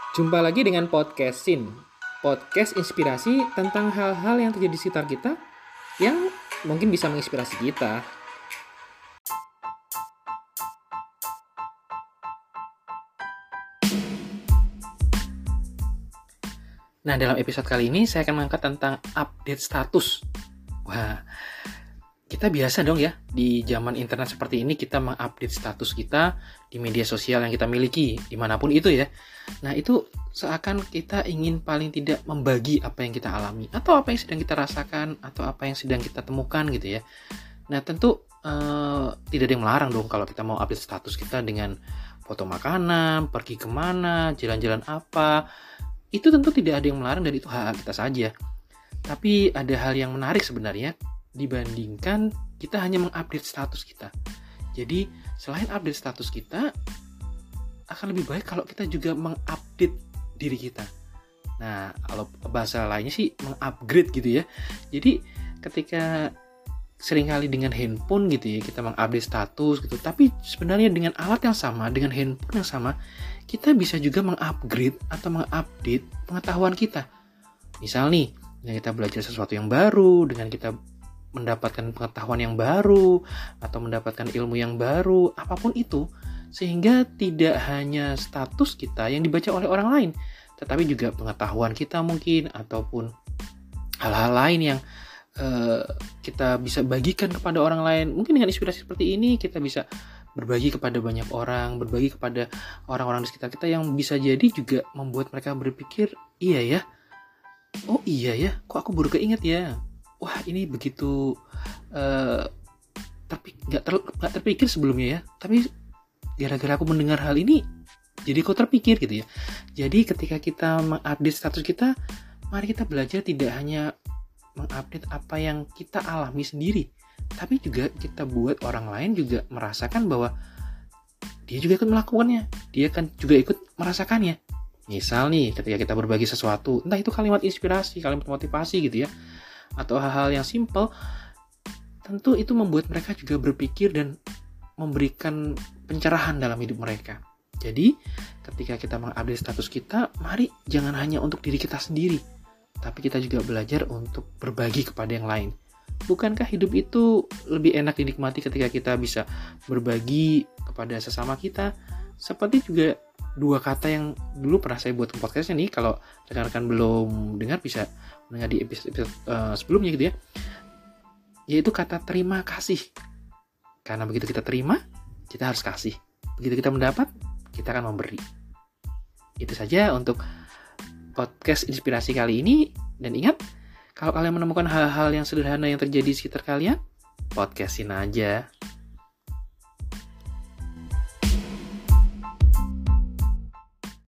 Jumpa lagi dengan podcast Sin. Podcast inspirasi tentang hal-hal yang terjadi di sekitar kita yang mungkin bisa menginspirasi kita. Nah, dalam episode kali ini saya akan mengangkat tentang update status. Wah, kita biasa dong ya di zaman internet seperti ini kita mengupdate status kita di media sosial yang kita miliki dimanapun itu ya. Nah itu seakan kita ingin paling tidak membagi apa yang kita alami atau apa yang sedang kita rasakan atau apa yang sedang kita temukan gitu ya. Nah tentu tidak ada yang melarang dong kalau kita mau update status kita dengan foto makanan, pergi kemana, jalan-jalan apa. Itu tentu tidak ada yang melarang dan itu hak kita saja. Tapi ada hal yang menarik sebenarnya dibandingkan kita hanya mengupdate status kita. Jadi selain update status kita, akan lebih baik kalau kita juga mengupdate diri kita. Nah, kalau bahasa lainnya sih mengupgrade gitu ya. Jadi ketika seringkali dengan handphone gitu ya, kita mengupdate status gitu. Tapi sebenarnya dengan alat yang sama, dengan handphone yang sama, kita bisa juga mengupgrade atau mengupdate pengetahuan kita. Misal nih, dengan kita belajar sesuatu yang baru, dengan kita mendapatkan pengetahuan yang baru, atau mendapatkan ilmu yang baru, apapun itu, sehingga tidak hanya status kita yang dibaca oleh orang lain, tetapi juga pengetahuan kita mungkin, ataupun hal-hal lain yang kita bisa bagikan kepada orang lain. Mungkin dengan inspirasi seperti ini, kita bisa berbagi kepada banyak orang, berbagi kepada orang-orang di sekitar kita yang bisa jadi juga membuat mereka berpikir, iya ya, oh iya ya, kok aku baru keinget ya. Wah ini begitu tapi nggak terpikir sebelumnya ya. Tapi gara-gara aku mendengar hal ini, jadi kok terpikir gitu ya. Jadi ketika kita mengupdate status kita, mari kita belajar tidak hanya mengupdate apa yang kita alami sendiri, tapi juga kita buat orang lain juga merasakan bahwa dia juga ikut melakukannya, dia kan juga ikut merasakannya. Misal nih, ketika kita berbagi sesuatu, entah itu kalimat inspirasi, kalimat motivasi gitu ya, atau hal-hal yang simple, tentu itu membuat mereka juga berpikir dan memberikan pencerahan dalam hidup mereka. Jadi, ketika kita mengupdate status kita, mari jangan hanya untuk diri kita sendiri, tapi kita juga belajar untuk berbagi kepada yang lain. Bukankah hidup itu lebih enak dinikmati ketika kita bisa berbagi kepada sesama kita? Seperti juga dua kata yang dulu pernah saya buat podcastnya nih, kalau rekan-rekan belum dengar bisa mendengar di episode sebelumnya gitu ya, yaitu kata terima kasih. Karena begitu kita terima, kita harus kasih. Begitu kita mendapat, kita akan memberi. Itu saja untuk podcast inspirasi kali ini. Dan ingat, kalau kalian menemukan hal-hal yang sederhana yang terjadi di sekitar kalian, podcastin aja.